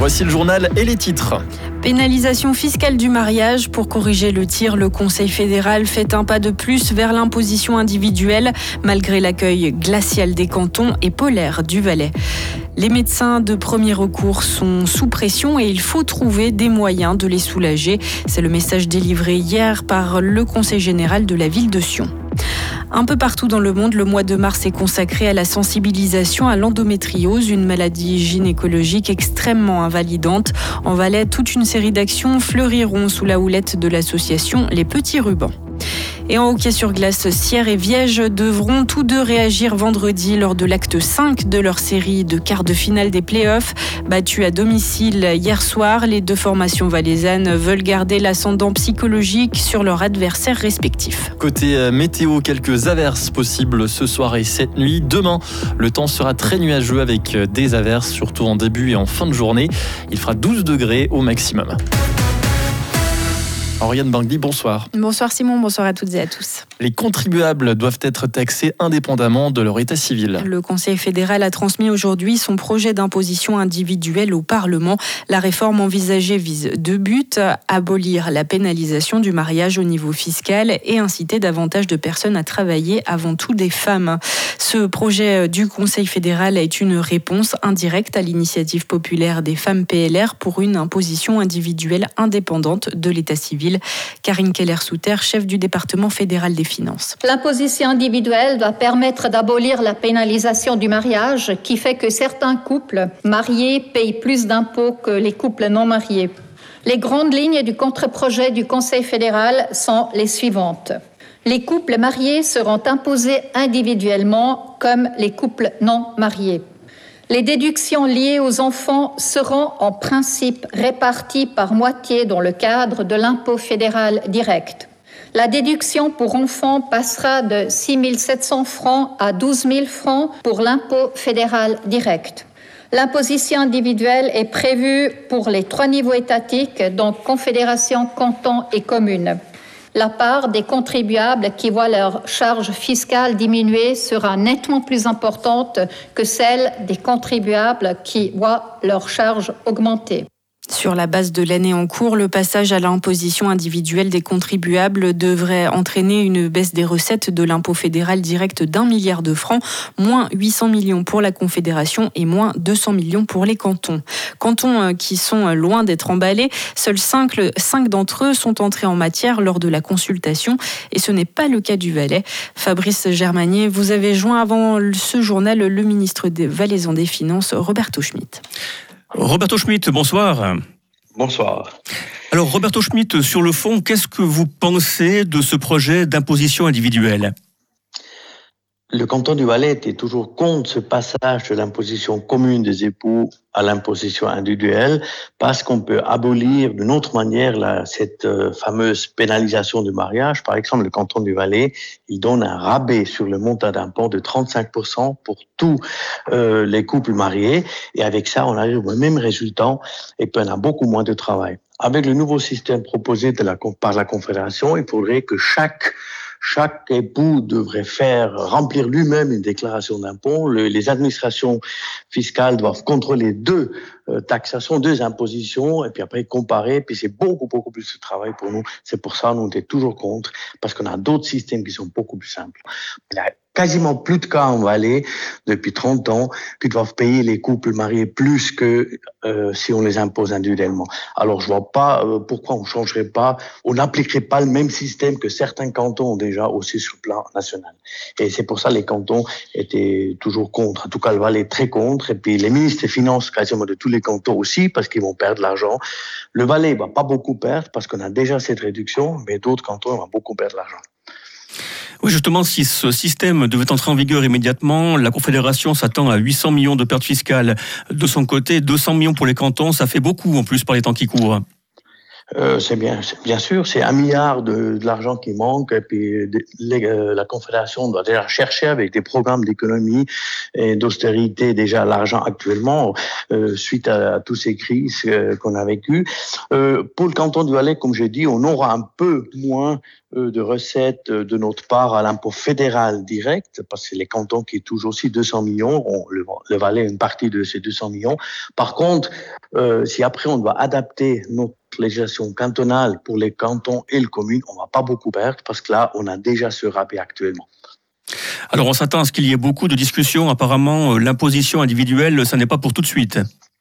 Voici le journal et les titres. Pénalisation fiscale du mariage. Pour corriger le tir, le Conseil fédéral fait un pas de plus vers l'imposition individuelle, malgré l'accueil glacial des cantons et polaire du Valais. Les médecins de premier recours sont sous pression et il faut trouver des moyens de les soulager. C'est le message délivré hier par le Conseil général de la ville de Sion. Un peu partout dans le monde, le mois de mars est consacré à la sensibilisation à l'endométriose, une maladie gynécologique extrêmement invalidante. En Valais, toute une série d'actions fleuriront sous la houlette de l'association Les Petits Rubans. Et en hockey sur glace, Sierre et Viège devront tous deux réagir vendredi lors de l'acte 5 de leur série de quarts de finale des playoffs. Battus à domicile hier soir, les deux formations valaisannes veulent garder l'ascendant psychologique sur leurs adversaires respectifs. Côté météo, quelques averses possibles ce soir et cette nuit. Demain, le temps sera très nuageux avec des averses, surtout en début et en fin de journée. Il fera 12 degrés au maximum. Oriane Bangli, bonsoir. Bonsoir Simon, bonsoir à toutes et à tous. Les contribuables doivent être taxés indépendamment de leur état civil. Le Conseil fédéral a transmis aujourd'hui son projet d'imposition individuelle au Parlement. La réforme envisagée vise deux buts, abolir la pénalisation du mariage au niveau fiscal et inciter davantage de personnes à travailler, avant tout des femmes. Ce projet du Conseil fédéral est une réponse indirecte à l'initiative populaire des femmes PLR pour une imposition individuelle indépendante de l'état civil. Karine Keller-Souter, chef du département fédéral des finances. L'imposition individuelle doit permettre d'abolir la pénalisation du mariage qui fait que certains couples mariés payent plus d'impôts que les couples non mariés. Les grandes lignes du contre-projet du Conseil fédéral sont les suivantes. Les couples mariés seront imposés individuellement comme les couples non mariés. Les déductions liées aux enfants seront en principe réparties par moitié dans le cadre de l'impôt fédéral direct. La déduction pour enfants passera de 6 700 francs à 12 000 francs pour l'impôt fédéral direct. L'imposition individuelle est prévue pour les 3 niveaux étatiques, donc confédération, canton et commune. La part des contribuables qui voient leur charge fiscale diminuer sera nettement plus importante que celle des contribuables qui voient leur charge augmenter. Sur la base de l'année en cours, le passage à l'imposition individuelle des contribuables devrait entraîner une baisse des recettes de l'impôt fédéral direct d'1 milliard de francs, moins 800 millions pour la Confédération et moins 200 millions pour les cantons. Cantons qui sont loin d'être emballés, seuls 5 d'entre eux sont entrés en matière lors de la consultation et ce n'est pas le cas du Valais. Fabrice Germanier, vous avez joint avant ce journal le ministre valaisan des Finances, Roberto Schmitt. Roberto Schmitt, bonsoir. Bonsoir. Alors Roberto Schmitt, sur le fond, qu'est-ce que vous pensez de ce projet d'imposition individuelle ? Le canton du Valais était toujours contre ce passage de l'imposition commune des époux à l'imposition individuelle parce qu'on peut abolir d'une autre manière cette fameuse pénalisation du mariage. Par exemple, le canton du Valais, il donne un rabais sur le montant d'impôt de 35% pour tous les couples mariés et avec ça, on arrive au même résultat et puis on a beaucoup moins de travail. Avec le nouveau système proposé par la Confédération, il faudrait que chaque époux devrait remplir lui-même une déclaration d'impôt. Les administrations fiscales doivent contrôler deux taxations, deux impositions, et puis après comparer, puis c'est beaucoup plus de travail pour nous. C'est pour ça que nous sommes toujours contre, parce qu'on a d'autres systèmes qui sont beaucoup plus simples. Il y a quasiment plus de cas en Valais depuis 30 ans qui doivent payer les couples mariés plus que si on les impose individuellement. Alors je vois pas pourquoi on changerait pas, on n'appliquerait pas le même système que certains cantons ont déjà aussi sur le plan national. Et c'est pour ça que les cantons étaient toujours contre. En tout cas, le Valais est très contre. Et puis les ministres des Finances, quasiment de tous les cantons aussi, parce qu'ils vont perdre de l'argent. Le Valais va pas beaucoup perdre parce qu'on a déjà cette réduction, mais d'autres cantons vont beaucoup perdre de l'argent. Oui, justement, si ce système devait entrer en vigueur immédiatement, la Confédération s'attend à 800 millions de pertes fiscales de son côté, 200 millions pour les cantons, ça fait beaucoup en plus par les temps qui courent. C'est bien sûr, c'est 1 milliard de l'argent qui manque, et puis la Confédération doit déjà chercher avec des programmes d'économie et d'austérité déjà l'argent actuellement suite à tous ces crises qu'on a vécues. Pour le canton du Valais, comme j'ai dit, on aura un peu moins de recettes de notre part à l'impôt fédéral direct, parce que les cantons qui touchent aussi 200 millions, le Valais une partie de ces 200 millions. Par contre, si après on doit adapter notre législation cantonale pour les cantons et les communes, on ne va pas beaucoup perdre parce que là, on a déjà ce rabais actuellement. Alors, on s'attend à ce qu'il y ait beaucoup de discussions. Apparemment, l'imposition individuelle, ça n'est pas pour tout de suite.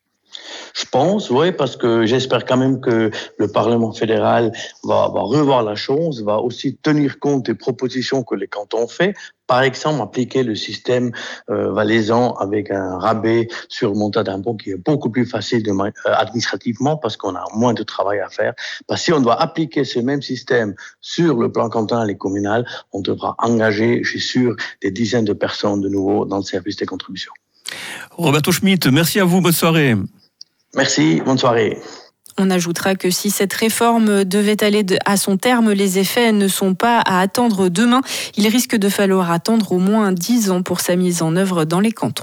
Je pense, oui, parce que j'espère quand même que le Parlement fédéral va revoir la chose, va aussi tenir compte des propositions que les cantons ont fait. Par exemple, appliquer le système valaisan avec un rabais sur le montant d'impôt qui est beaucoup plus facile administrativement parce qu'on a moins de travail à faire. Parce que si on doit appliquer ce même système sur le plan cantonal et communal, on devra engager, je suis sûr, des dizaines de personnes de nouveau dans le service des contributions. Roberto Schmitt, merci à vous, bonne soirée. Merci, bonne soirée. On ajoutera que si cette réforme devait aller à son terme, les effets ne sont pas à attendre demain. Il risque de falloir attendre au moins 10 ans pour sa mise en œuvre dans les cantons.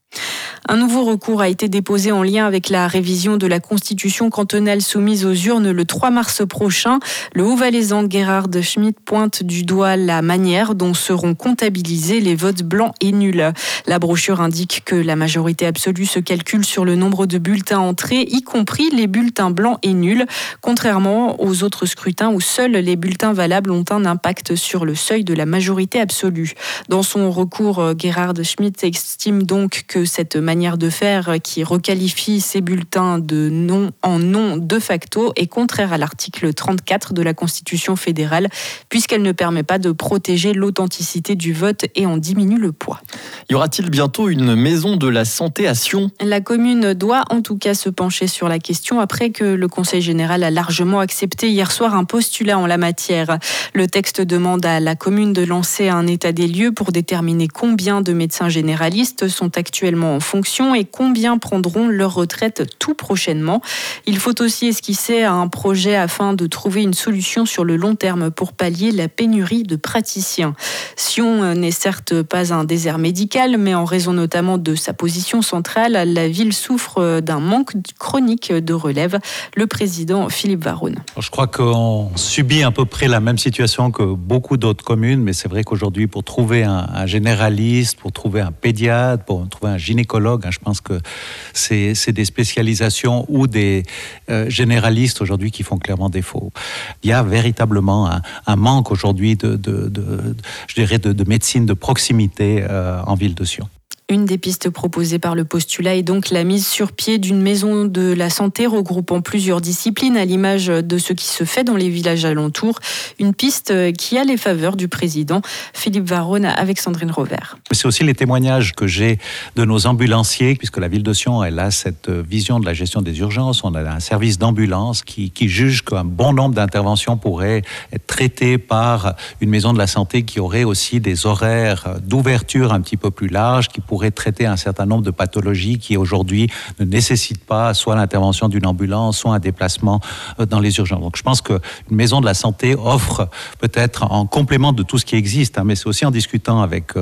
Un nouveau recours a été déposé en lien avec la révision de la Constitution cantonale soumise aux urnes le 3 mars prochain. Le Haut-Valaisan Gerhard Schmitt pointe du doigt la manière dont seront comptabilisés les votes blancs et nuls. La brochure indique que la majorité absolue se calcule sur le nombre de bulletins entrés, y compris les bulletins blancs et nuls, contrairement aux autres scrutins où seuls les bulletins valables ont un impact sur le seuil de la majorité absolue. Dans son recours, Gerhard Schmitt estime donc que cette manière de faire qui requalifie ces bulletins de non en non de facto est contraire à l'article 34 de la Constitution fédérale puisqu'elle ne permet pas de protéger l'authenticité du vote et en diminue le poids. Y aura-t-il bientôt une maison de la santé à Sion ? La commune doit en tout cas se pencher sur la question après que le Conseil général a largement accepté hier soir un postulat en la matière. Le texte demande à la commune de lancer un état des lieux pour déterminer combien de médecins généralistes sont actuellement en fonction et combien prendront leur retraite tout prochainement. Il faut aussi esquisser un projet afin de trouver une solution sur le long terme pour pallier la pénurie de praticiens. Sion n'est certes pas un désert médical, mais en raison notamment de sa position centrale, la ville souffre d'un manque chronique de relève. Le président Philippe Varone. Je crois qu'on subit à peu près la même situation que beaucoup d'autres communes, mais c'est vrai qu'aujourd'hui, pour trouver un généraliste, pour trouver un pédiatre, pour trouver un gynécologue, je pense que c'est des spécialisations ou des généralistes aujourd'hui qui font clairement défaut. Il y a véritablement un manque aujourd'hui de médecine de proximité en ville de Sion. Une des pistes proposées par le postulat est donc la mise sur pied d'une maison de la santé regroupant plusieurs disciplines à l'image de ce qui se fait dans les villages alentours. Une piste qui a les faveurs du président Philippe Varone avec Sandrine Rovert. C'est aussi les témoignages que j'ai de nos ambulanciers, puisque la ville de Sion, elle a cette vision de la gestion des urgences. On a un service d'ambulance qui juge qu'un bon nombre d'interventions pourraient être traitées par une maison de la santé qui aurait aussi des horaires d'ouverture un petit peu plus larges, qui pourrait traiter un certain nombre de pathologies qui aujourd'hui ne nécessitent pas soit l'intervention d'une ambulance, soit un déplacement dans les urgences. Donc je pense qu'une maison de la santé offre peut-être en complément de tout ce qui existe, mais c'est aussi en discutant avec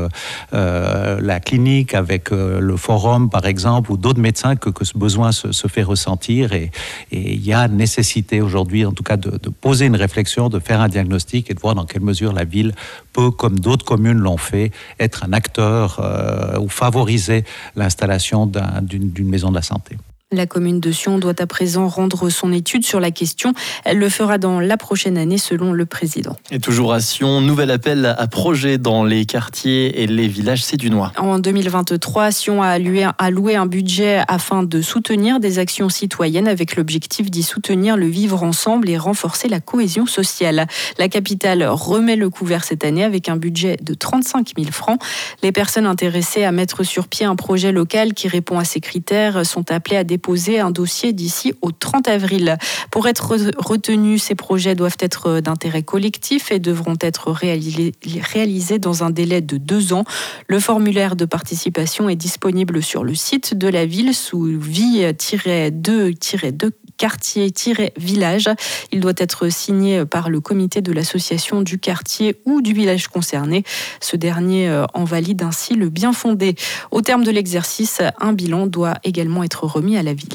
la clinique, avec le forum par exemple, ou d'autres médecins que ce besoin se fait ressentir et il y a nécessité aujourd'hui en tout cas de poser une réflexion, de faire un diagnostic et de voir dans quelle mesure la ville peut, comme d'autres communes l'ont fait, être un acteur ou favoriser l'installation d'une maison de la santé. La commune de Sion doit à présent rendre son étude sur la question. Elle le fera dans la prochaine année selon le président. Et toujours à Sion, nouvel appel à projet dans les quartiers et les villages sédunois. En 2023, Sion a alloué un budget afin de soutenir des actions citoyennes avec l'objectif d'y soutenir le vivre ensemble et renforcer la cohésion sociale. La capitale remet le couvert cette année avec un budget de 35 000 francs. Les personnes intéressées à mettre sur pied un projet local qui répond à ces critères sont appelées à déposer un dossier d'ici au 30 avril. Pour être retenus, ces projets doivent être d'intérêt collectif et devront être réalisés dans un délai de 2 ans. Le formulaire de participation est disponible sur le site de la ville sous vie-2-2 quartier-village. Il doit être signé par le comité de l'association du quartier ou du village concerné. Ce dernier en valide ainsi le bien fondé. Au terme de l'exercice, un bilan doit également être remis à la ville.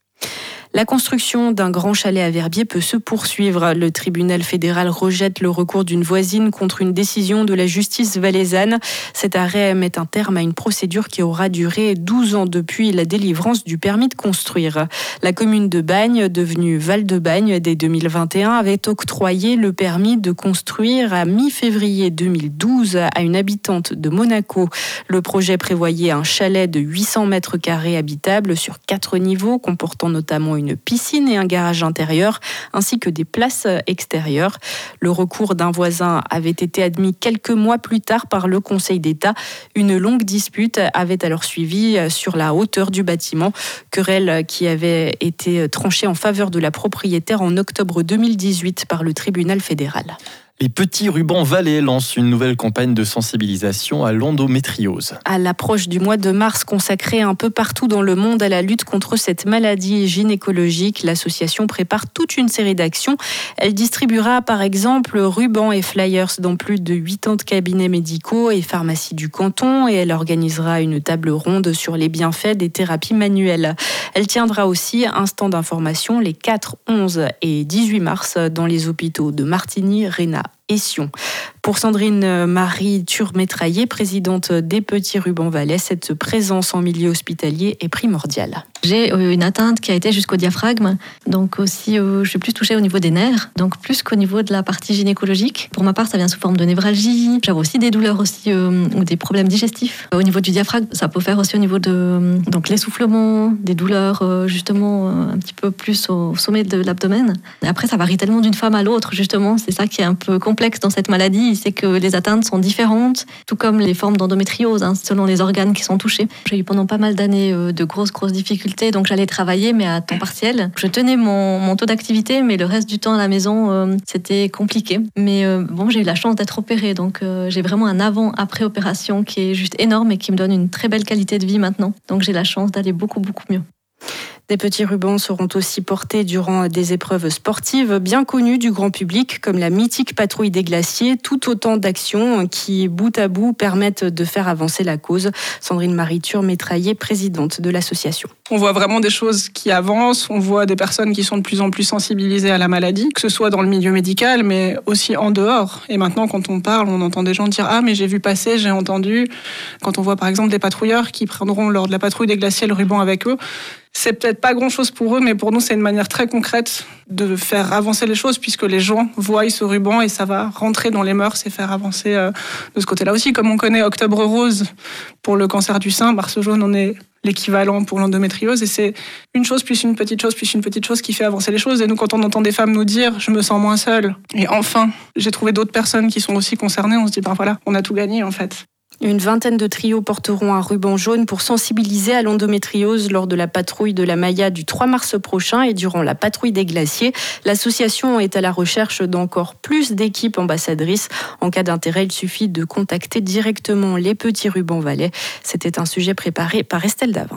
La construction d'un grand chalet à Verbier peut se poursuivre. Le tribunal fédéral rejette le recours d'une voisine contre une décision de la justice valaisanne. Cet arrêt met un terme à une procédure qui aura duré 12 ans depuis la délivrance du permis de construire. La commune de Bagnes, devenue Val-de-Bagnes dès 2021, avait octroyé le permis de construire à mi-février 2012 à une habitante de Monaco. Le projet prévoyait un chalet de 800 mètres carrés habitable sur 4 niveaux, comportant notamment une piscine et un garage intérieur, ainsi que des places extérieures. Le recours d'un voisin avait été admis quelques mois plus tard par le Conseil d'État. Une longue dispute avait alors suivi sur la hauteur du bâtiment, querelle qui avait été tranchée en faveur de la propriétaire en octobre 2018 par le tribunal fédéral. Les petits rubans Valais lancent une nouvelle campagne de sensibilisation à l'endométriose. À l'approche du mois de mars consacré un peu partout dans le monde à la lutte contre cette maladie gynécologique, l'association prépare toute une série d'actions. Elle distribuera par exemple rubans et flyers dans plus de 80 cabinets médicaux et pharmacies du canton et elle organisera une table ronde sur les bienfaits des thérapies manuelles. Elle tiendra aussi un stand d'information les 4, 11 et 18 mars dans les hôpitaux de Martigny, Réna et Sion. Pour Sandrine Marie Turmétraillé, présidente des Petits Rubans Valais, cette présence en milieu hospitalier est primordiale. J'ai une atteinte qui a été jusqu'au diaphragme, donc aussi je suis plus touchée au niveau des nerfs, donc plus qu'au niveau de la partie gynécologique. Pour ma part, ça vient sous forme de névralgie. J'avais aussi des douleurs aussi ou des problèmes digestifs. Au niveau du diaphragme, ça peut faire aussi au niveau de donc l'essoufflement, des douleurs justement un petit peu plus au sommet de l'abdomen. Et après, ça varie tellement d'une femme à l'autre justement. C'est ça qui est un peu complexe dans cette maladie, c'est que les atteintes sont différentes, tout comme les formes d'endométriose, selon les organes qui sont touchés. J'ai eu pendant pas mal d'années de grosses difficultés, donc j'allais travailler, mais à temps partiel. Je tenais mon taux d'activité, mais le reste du temps à la maison, c'était compliqué. Mais bon, j'ai eu la chance d'être opérée, donc j'ai vraiment un avant-après opération qui est juste énorme et qui me donne une très belle qualité de vie maintenant. Donc j'ai la chance d'aller beaucoup mieux. Des petits rubans seront aussi portés durant des épreuves sportives bien connues du grand public, comme la mythique patrouille des glaciers, tout autant d'actions qui, bout à bout, permettent de faire avancer la cause. Sandrine Marie Turmétraillé, présidente de l'association. On voit vraiment des choses qui avancent, on voit des personnes qui sont de plus en plus sensibilisées à la maladie, que ce soit dans le milieu médical, mais aussi en dehors. Et maintenant, quand on parle, on entend des gens dire « Ah, mais j'ai vu passer, j'ai entendu ». Quand on voit par exemple des patrouilleurs qui prendront lors de la patrouille des glaciers le ruban avec eux, c'est peut-être pas grand-chose pour eux, mais pour nous, c'est une manière très concrète de faire avancer les choses, puisque les gens voient ce ruban et ça va rentrer dans les mœurs et faire avancer de ce côté-là aussi. Comme on connaît Octobre Rose pour le cancer du sein, Mars Jaune, on est l'équivalent pour l'endométriose. Et c'est une chose plus une petite chose plus une petite chose qui fait avancer les choses. Et nous, quand on entend des femmes nous dire « je me sens moins seule » et enfin, j'ai trouvé d'autres personnes qui sont aussi concernées, on se dit « ben voilà, on a tout gagné en fait ». Une vingtaine de trios porteront un ruban jaune pour sensibiliser à l'endométriose lors de la patrouille de la Maya du 3 mars prochain et durant la patrouille des glaciers. L'association est à la recherche d'encore plus d'équipes ambassadrices. En cas d'intérêt, il suffit de contacter directement les Petits Rubans Valais. C'était un sujet préparé par Estelle Davin.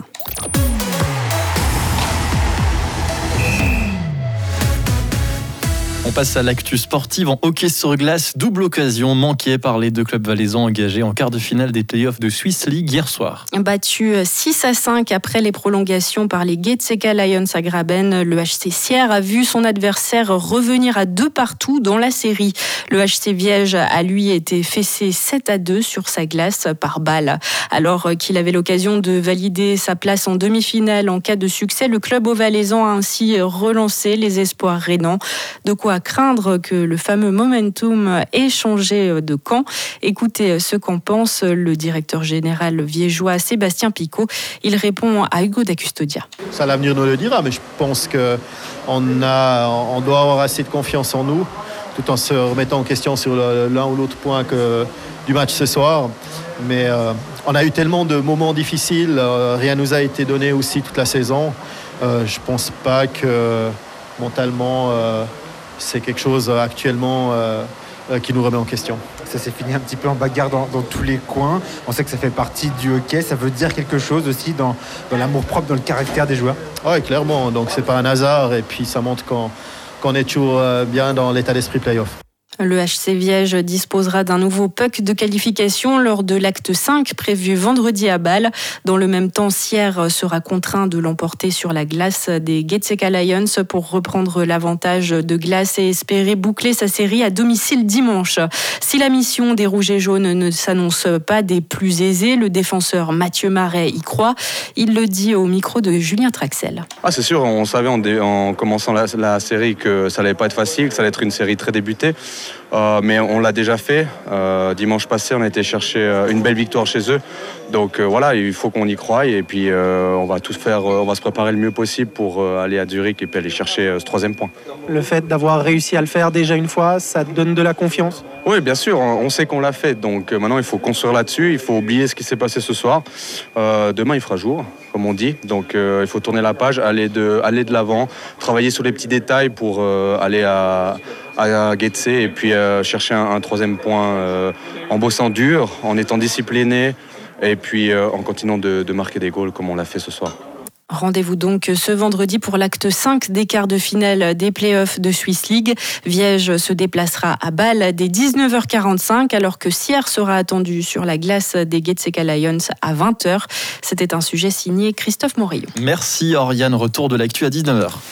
On passe à l'actu sportive en hockey sur glace. Double occasion manquée par les deux clubs valaisans engagés en quart de finale des playoffs de Swiss League hier soir. Battu 6-5 après les prolongations par les Getseka Lions à Graben, le HC Sierre a vu son adversaire revenir à 2-2 dans la série. Le HC Viège a lui été fessé 7-2 sur sa glace par balle. Alors qu'il avait l'occasion de valider sa place en demi-finale en cas de succès, le club valaisan a ainsi relancé les espoirs rhénans. De quoi craindre que le fameux momentum ait changé de camp. Écoutez ce qu'en pense le directeur général viégeois Sébastien Picot. Il répond à Hugo Dacustodia. Ça, l'avenir nous le dira, mais je pense qu'on doit avoir assez de confiance en nous, tout en se remettant en question sur l'un ou l'autre point du match ce soir. Mais on a eu tellement de moments difficiles, rien nous a été donné aussi toute la saison. Je pense pas que mentalement c'est quelque chose actuellement qui nous remet en question. Ça s'est fini un petit peu en bagarre dans tous les coins. On sait que ça fait partie du hockey. Ça veut dire quelque chose aussi dans l'amour-propre, dans le caractère des joueurs. Oui, clairement. Donc c'est pas un hasard et puis ça montre qu'on est toujours bien dans l'état d'esprit play-off. Le HC Viège disposera d'un nouveau puck de qualification lors de l'acte 5 prévu vendredi à Bâle. Dans le même temps, Sierre sera contraint de l'emporter sur la glace des Getseka Lions pour reprendre l'avantage de glace et espérer boucler sa série à domicile dimanche. Si la mission des Rouges et Jaunes ne s'annonce pas des plus aisées, le défenseur Mathieu Marais y croit. Il le dit au micro de Julien Traxel. C'est sûr, on savait en commençant la série que ça allait pas être facile, que ça allait être une série très débutée. Mais on l'a déjà fait. Dimanche passé, on a été chercher une belle victoire chez eux. Donc voilà, il faut qu'on y croie et puis on va tout faire, on va se préparer le mieux possible pour aller à Zurich et puis aller chercher ce 3e point. Le fait d'avoir réussi à le faire déjà une fois, ça te donne de la confiance ? Oui, bien sûr, on sait qu'on l'a fait. Donc maintenant, il faut construire là-dessus. Il faut oublier ce qui s'est passé ce soir. Demain, il fera jour, comme on dit. Donc il faut tourner la page, aller de l'avant, travailler sur les petits détails pour aller à Getse et puis chercher un 3e point en bossant dur, en étant discipliné et puis en continuant de marquer des goals comme on l'a fait ce soir. Rendez-vous donc ce vendredi pour l'acte 5 des quarts de finale des playoffs de Swiss League. Viège se déplacera à Bâle dès 19h45 alors que Sierre sera attendu sur la glace des Getseka Lions à 20h. C'était un sujet signé Christophe Morillon. Merci Oriane, retour de l'actu à 19h.